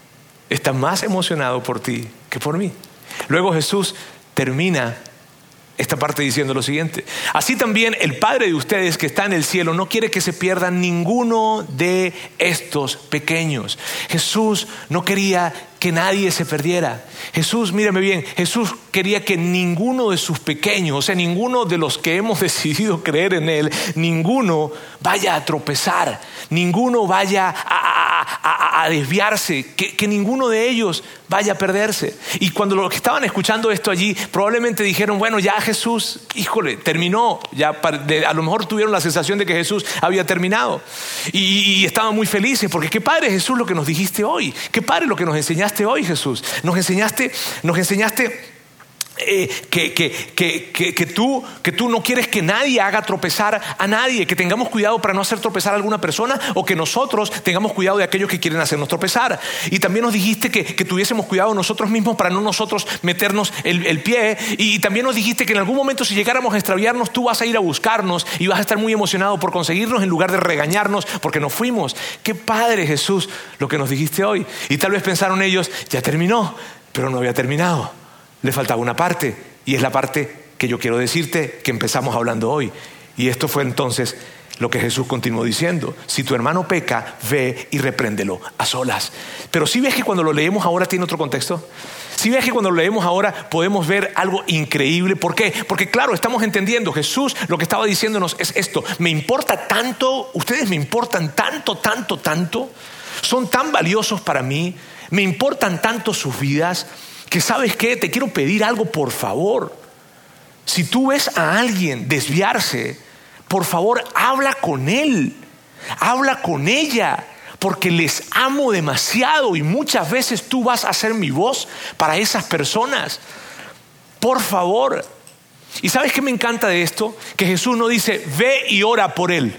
Está más emocionado por ti que por mí. Luego Jesús termina esta parte diciendo lo siguiente: así también el Padre de ustedes que está en el cielo no quiere que se pierdan ninguno de estos pequeños. Jesús no quería que nadie se perdiera. Jesús, mírame bien, Jesús quería que ninguno de sus pequeños, o sea, ninguno de los que hemos decidido creer en Él, ninguno vaya a tropezar, ninguno vaya a desviarse, que ninguno de ellos vaya a perderse. Y cuando los que estaban escuchando esto allí probablemente dijeron: bueno, ya Jesús, híjole, terminó. Ya a lo mejor tuvieron la sensación de que Jesús había terminado y estaban muy felices, porque qué padre, Jesús, lo que nos dijiste hoy, qué padre lo que nos enseñaste hoy, Jesús. Nos enseñaste que tú no quieres que nadie haga tropezar a nadie, que tengamos cuidado para no hacer tropezar a alguna persona, o que nosotros tengamos cuidado de aquellos que quieren hacernos tropezar. Y también nos dijiste que tuviésemos cuidado nosotros mismos para no nosotros meternos el pie. Y también nos dijiste que en algún momento, si llegáramos a extraviarnos, tú vas a ir a buscarnos y vas a estar muy emocionado por conseguirnos en lugar de regañarnos porque nos fuimos. Qué padre, Jesús, lo que nos dijiste hoy. Y tal vez pensaron ellos: ya terminó, pero no había terminado. Le faltaba una parte, y es la parte que yo quiero decirte que empezamos hablando hoy. Y esto fue entonces lo que Jesús continuó diciendo: si tu hermano peca, ve y repréndelo a solas. Pero si ves que cuando lo leemos ahora tiene otro contexto. Si ves que cuando lo leemos ahora podemos ver algo increíble. ¿Por qué? Porque claro, estamos entendiendo. Jesús lo que estaba diciéndonos es esto: me importa tanto, ustedes me importan tanto, son tan valiosos para mí, me importan tanto sus vidas, que ¿sabes qué? Te quiero pedir algo, por favor. Si tú ves a alguien desviarse, por favor, habla con él, habla con ella, porque les amo demasiado y muchas veces tú vas a ser mi voz para esas personas. Por favor. ¿Y sabes qué me encanta de esto? Que Jesús no dice: ve y ora por él.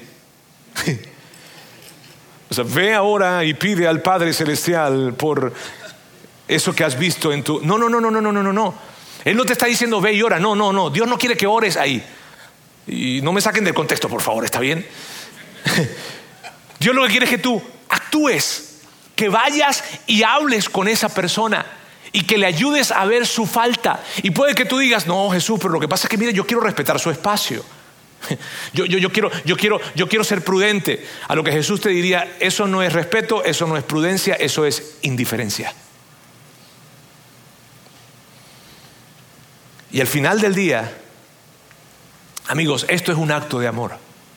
O sea, ve ahora y pide al Padre Celestial por eso que has visto en tu... No. Él no te está diciendo: ve y ora. No. Dios no quiere que ores ahí. Y no me saquen del contexto, por favor, ¿está bien? Dios lo que quiere es que tú actúes, que vayas y hables con esa persona y que le ayudes a ver su falta. Y puede que tú digas: no, Jesús, pero lo que pasa es que, mire, yo quiero respetar su espacio. Yo quiero ser prudente. A lo que Jesús te diría: eso no es respeto, eso no es prudencia, eso es indiferencia. Y al final del día, amigos, esto es un acto de amor.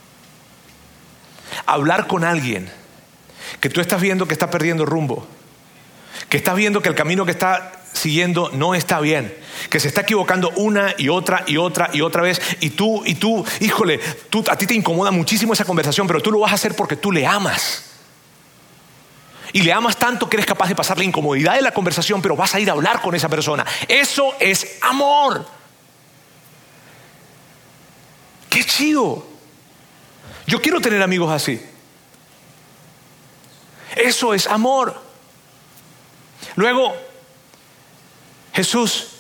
Hablar con alguien que tú estás viendo que está perdiendo rumbo, que estás viendo que el camino que está siguiendo no está bien, que se está equivocando una y otra vez, y tú, híjole, a ti te incomoda muchísimo esa conversación, pero tú lo vas a hacer porque tú le amas. Y le amas tanto que eres capaz de pasar la incomodidad de la conversación, pero vas a ir a hablar con esa persona. Eso es amor. ¡Qué chido! Yo quiero tener amigos así. Eso es amor. Luego, Jesús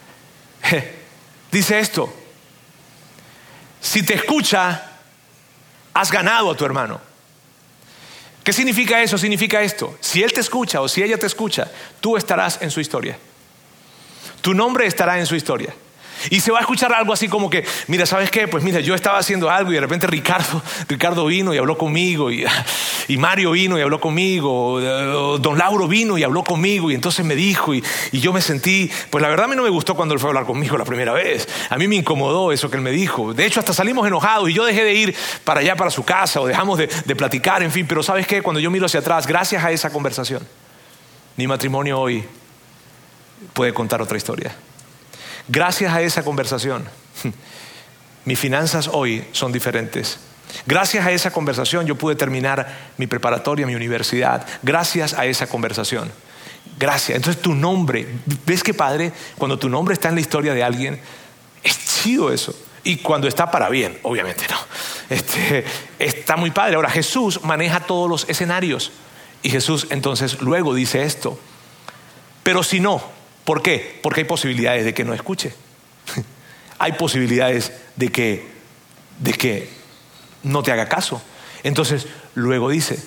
dice esto: si te escucha, has ganado a tu hermano. ¿Qué significa eso? Significa esto: si él te escucha o si ella te escucha, tú estarás en su historia. Tu nombre estará en su historia. Y se va a escuchar algo así como que: mira, ¿sabes qué? Pues mira, yo estaba haciendo algo y de repente Ricardo vino y habló conmigo, y Mario vino y habló conmigo, don Lauro vino y habló conmigo, y entonces me dijo, y yo me sentí, pues la verdad a mí no me gustó cuando él fue a hablar conmigo la primera vez. A mí me incomodó eso que él me dijo. De hecho, hasta salimos enojados y yo dejé de ir para allá, para su casa, o dejamos de platicar, en fin. Pero ¿sabes qué? Cuando yo miro hacia atrás, gracias a esa conversación, mi matrimonio hoy puede contar otra historia. Gracias a esa conversación, mis finanzas hoy son diferentes. Gracias a esa conversación yo pude terminar mi preparatoria, mi universidad. Gracias a esa conversación. Gracias. Entonces tu nombre, ¿ves qué padre? Cuando tu nombre está en la historia de alguien, es chido eso. Y cuando está para bien, obviamente no. Está muy padre. Ahora, Jesús maneja todos los escenarios. Y Jesús entonces luego dice esto: pero si no, ¿por qué? Porque hay posibilidades de que no escuche. Hay posibilidades de que no te haga caso. Entonces luego dice: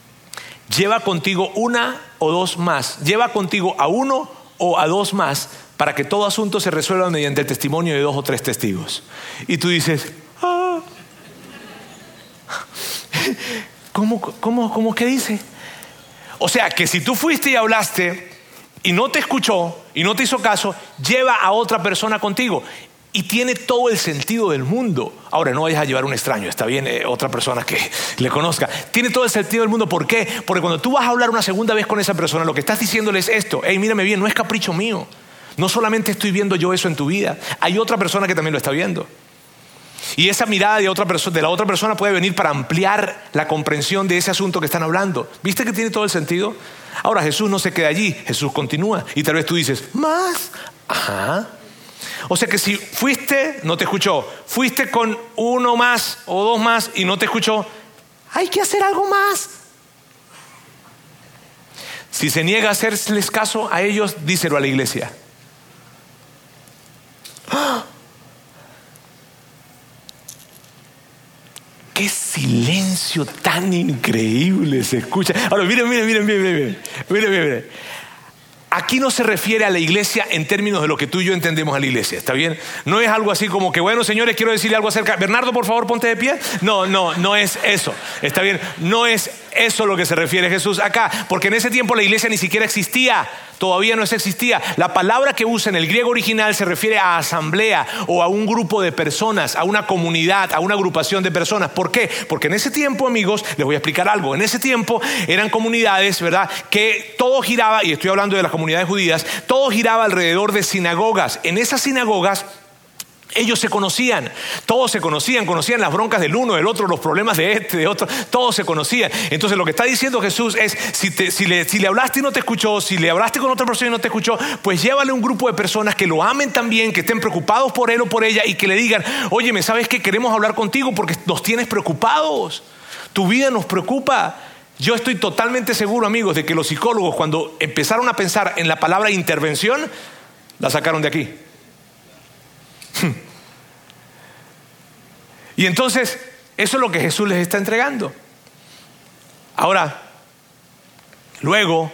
lleva contigo una o dos más. Lleva contigo a uno o a dos más, para que todo asunto se resuelva mediante el testimonio de 2 o 3 testigos. Y tú dices, ¿Cómo qué dice? O sea, que si tú fuiste y hablaste y no te escuchó y no te hizo caso, lleva a otra persona contigo. Y tiene todo el sentido del mundo. Ahora, no vayas a llevar un extraño, está bien, otra persona que le conozca. Tiene todo el sentido del mundo. ¿Por qué? Porque cuando tú vas a hablar una segunda vez con esa persona, lo que estás diciéndole es esto: hey, mírame bien, no es capricho mío. No solamente estoy viendo yo eso en tu vida, hay otra persona que también lo está viendo. Y esa mirada de la otra persona puede venir para ampliar la comprensión de ese asunto que están hablando. ¿Viste que tiene todo el sentido? Ahora, Jesús no se queda allí, Jesús continúa. Y tal vez tú dices, ¿más? Ajá. O sea que si fuiste, no te escuchó. Fuiste con 1 más o 2 más y no te escuchó, hay que hacer algo más. Si se niega a hacerles caso a ellos, díselo a la iglesia. ¡Ah! ¡Qué silencio tan increíble se escucha! Ahora, miren. Aquí no se refiere a la iglesia en términos de lo que tú y yo entendemos a la iglesia, ¿está bien? No es algo así como que, bueno, señores, quiero decirle algo acerca. Bernardo, por favor, ponte de pie. No es eso, ¿está bien? No es eso lo que se refiere Jesús acá, porque en ese tiempo la iglesia ni siquiera existía. Todavía no existía. La palabra que usa en el griego original se refiere a asamblea o a un grupo de personas, a una comunidad, a una agrupación de personas. ¿Por qué? Porque en ese tiempo, amigos, les voy a explicar algo. En ese tiempo eran comunidades, ¿verdad? Que todo giraba, y estoy hablando de las comunidades judías, todo giraba alrededor de sinagogas. En esas sinagogas ellos se conocían, todos se conocían las broncas del uno, del otro, los problemas de este, de otro, todos se conocían. Entonces lo que está diciendo Jesús es, si le hablaste y no te escuchó, si le hablaste con otra persona y no te escuchó, pues llévale un grupo de personas que lo amen también, que estén preocupados por él o por ella y que le digan, óyeme, ¿sabes qué? Queremos hablar contigo porque nos tienes preocupados, tu vida nos preocupa. Yo estoy totalmente seguro, amigos, de que los psicólogos, cuando empezaron a pensar en la palabra intervención, la sacaron de aquí. Y entonces eso es lo que Jesús les está entregando. Ahora, luego,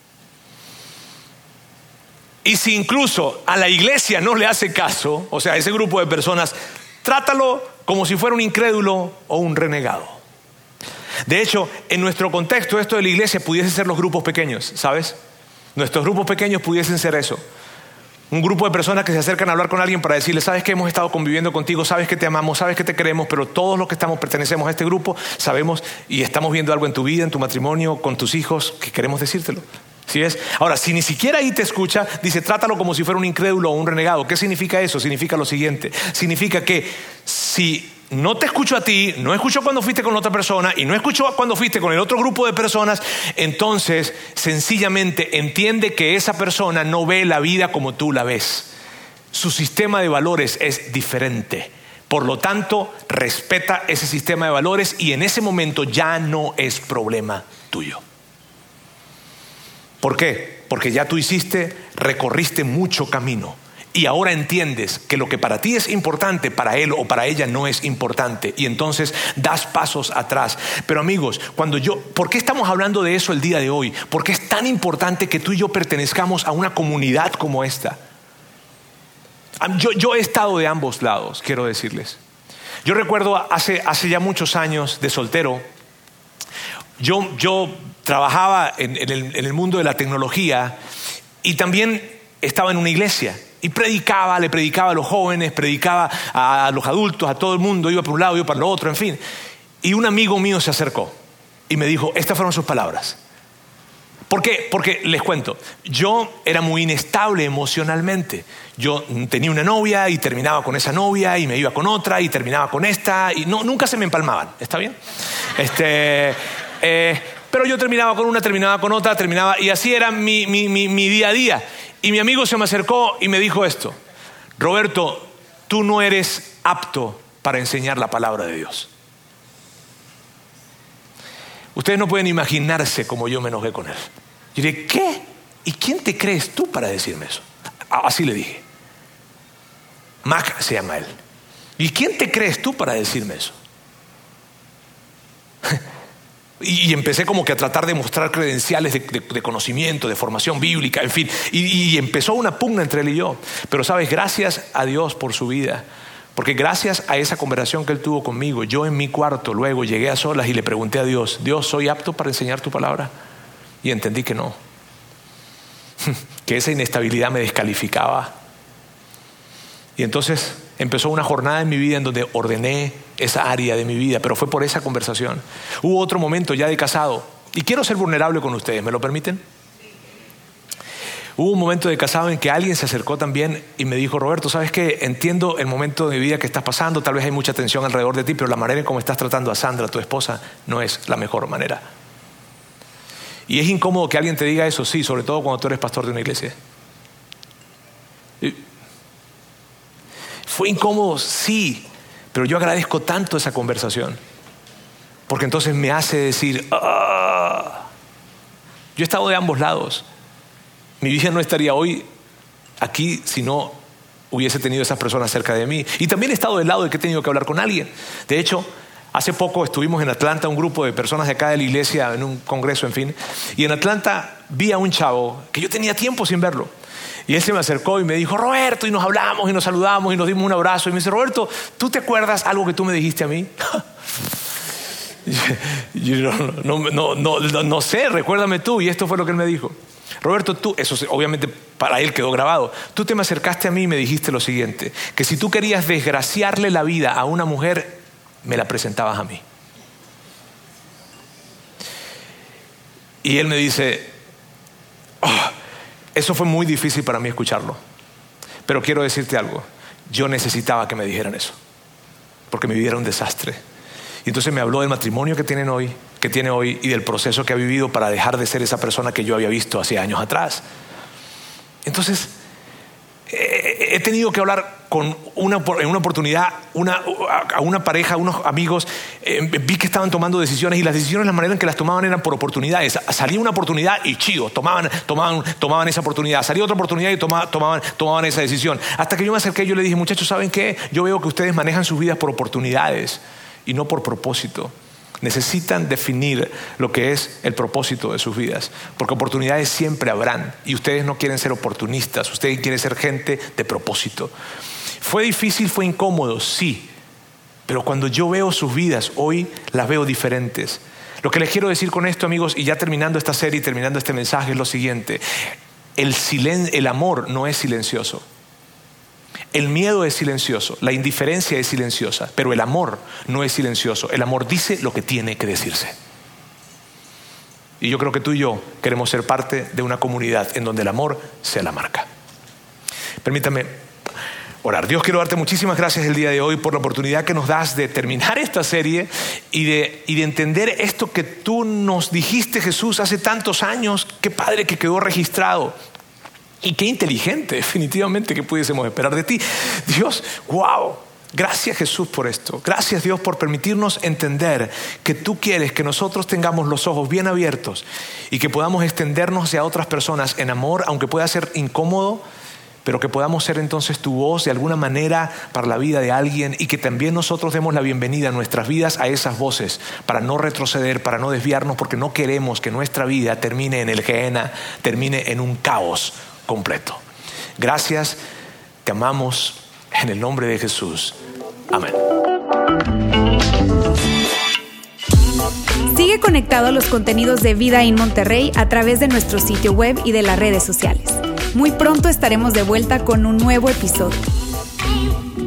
y si incluso a la iglesia no le hace caso, o sea, ese grupo de personas, trátalo como si fuera un incrédulo o un renegado. De hecho, en nuestro contexto, esto de la iglesia pudiese ser los grupos pequeños, ¿sabes? Nuestros grupos pequeños pudiesen ser eso. Un grupo de personas que se acercan a hablar con alguien para decirle, sabes que hemos estado conviviendo contigo, sabes que te amamos, sabes que te queremos, pero todos los que pertenecemos a este grupo sabemos y estamos viendo algo en tu vida, en tu matrimonio, con tus hijos, que queremos decírtelo. ¿Sí ves? Ahora, si ni siquiera ahí te escucha, dice, trátalo como si fuera un incrédulo o un renegado. ¿Qué significa eso? Significa lo siguiente. Significa que si no te escucho a ti, no escuchó cuando fuiste con otra persona y no escuchó cuando fuiste con el otro grupo de personas, entonces sencillamente entiende que esa persona no ve la vida como tú la ves. Su sistema de valores es diferente. Por lo tanto, respeta ese sistema de valores y en ese momento ya no es problema tuyo. ¿Por qué? Porque ya tú recorriste mucho camino. Y ahora entiendes que lo que para ti es importante, para él o para ella no es importante. Y entonces das pasos atrás. Pero amigos, ¿por qué estamos hablando de eso el día de hoy? ¿Por qué es tan importante que tú y yo pertenezcamos a una comunidad como esta? Yo he estado de ambos lados, quiero decirles. Yo recuerdo hace ya muchos años de soltero, yo trabajaba en el mundo de la tecnología y también estaba en una iglesia. Y le predicaba a los jóvenes, predicaba a los adultos, a todo el mundo, iba para un lado, iba para el otro, en fin. Y un amigo mío se acercó y me dijo, estas fueron sus palabras. ¿Por qué? Porque les cuento, yo era muy inestable emocionalmente. Yo tenía una novia y terminaba con esa novia y me iba con otra y terminaba con esta y nunca se me empalmaban, ¿está bien? Pero yo terminaba con una, terminaba con otra, y así era mi día a día. Y mi amigo se me acercó y me dijo esto: Roberto, tú no eres apto para enseñar la palabra de Dios. Ustedes no pueden imaginarse cómo yo me enojé con él. Yo dije, ¿qué? ¿Y quién te crees tú para decirme eso? Así le dije. Mac se llama él. ¿Y quién te crees tú para decirme eso? Y empecé como que a tratar de mostrar credenciales de conocimiento, de formación bíblica, en fin. Y empezó una pugna entre él y yo. Pero sabes, gracias a Dios por su vida. Porque gracias a esa conversación que él tuvo conmigo, yo en mi cuarto luego llegué a solas y le pregunté a Dios, Dios, ¿soy apto para enseñar tu palabra? Y entendí que no. Que esa inestabilidad me descalificaba. Y entonces empezó una jornada en mi vida en donde ordené esa área de mi vida, pero fue por esa conversación. Hubo otro momento ya de casado, y quiero ser vulnerable con ustedes, ¿me lo permiten? Hubo un momento de casado en que alguien se acercó también y me dijo, Roberto, ¿sabes qué? Entiendo el momento de mi vida que estás pasando, tal vez hay mucha tensión alrededor de ti, pero la manera en cómo estás tratando a Sandra, tu esposa, no es la mejor manera. Y es incómodo que alguien te diga eso, sí, sobre todo cuando tú eres pastor de una iglesia. Fue incómodo, sí, pero yo agradezco tanto esa conversación, porque entonces me hace decir, yo he estado de ambos lados. Mi vida no estaría hoy aquí si no hubiese tenido esas personas cerca de mí. Y también he estado del lado de que he tenido que hablar con alguien. De hecho, hace poco estuvimos en Atlanta, un grupo de personas de acá de la iglesia, en un congreso, en fin. Y en Atlanta vi a un chavo que yo tenía tiempo sin verlo. Y él se me acercó y me dijo, Roberto, y nos hablamos y nos saludamos y nos dimos un abrazo. Y me dice, Roberto, ¿tú te acuerdas algo que tú me dijiste a mí? Yo no sé, recuérdame tú. Y esto fue lo que él me dijo. Roberto, tú, eso obviamente para él quedó grabado. Tú te me acercaste a mí y me dijiste lo siguiente, que si tú querías desgraciarle la vida a una mujer, me la presentabas a mí. Y él me dice, eso fue muy difícil para mí escucharlo, pero quiero decirte algo, yo necesitaba que me dijeran eso, porque mi vida era un desastre. Y entonces me habló del matrimonio que tiene hoy y del proceso que ha vivido para dejar de ser esa persona que yo había visto hace años atrás. Entonces he tenido que hablar en una oportunidad a una pareja, a unos amigos. Vi que estaban tomando decisiones y las decisiones, la manera en que las tomaban eran por oportunidades. Salía una oportunidad y chido, tomaban esa oportunidad. Salía otra oportunidad y tomaban esa decisión. Hasta que yo me acerqué y yo le dije, muchachos, ¿saben qué? Yo veo que ustedes manejan sus vidas por oportunidades y no por propósito. Necesitan definir lo que es el propósito de sus vidas, porque oportunidades siempre habrán y ustedes no quieren ser oportunistas, ustedes quieren ser gente de propósito. Fue difícil, fue incómodo, sí, pero cuando yo veo sus vidas hoy las veo diferentes. Lo que les quiero decir con esto, amigos, y ya terminando esta serie y terminando este mensaje, es lo siguiente: el amor no es silencioso. El miedo es silencioso, la indiferencia es silenciosa, pero el amor no es silencioso. El amor dice lo que tiene que decirse. Y yo creo que tú y yo queremos ser parte de una comunidad en donde el amor sea la marca. Permítame orar. Dios, quiero darte muchísimas gracias el día de hoy por la oportunidad que nos das de terminar esta serie y de entender esto que tú nos dijiste, Jesús, hace tantos años. Qué padre que quedó registrado. Y qué inteligente, definitivamente, que pudiésemos esperar de ti. Dios, wow, gracias Jesús por esto. Gracias Dios por permitirnos entender que tú quieres que nosotros tengamos los ojos bien abiertos y que podamos extendernos hacia otras personas en amor, aunque pueda ser incómodo, pero que podamos ser entonces tu voz de alguna manera para la vida de alguien, y que también nosotros demos la bienvenida en nuestras vidas a esas voces para no retroceder, para no desviarnos, porque no queremos que nuestra vida termine en el Gehenna, termine en un caos completo. Gracias, te amamos en el nombre de Jesús. Amén. Sigue conectado a los contenidos de Vida in Monterrey a través de nuestro sitio web y de las redes sociales. Muy pronto estaremos de vuelta con un nuevo episodio.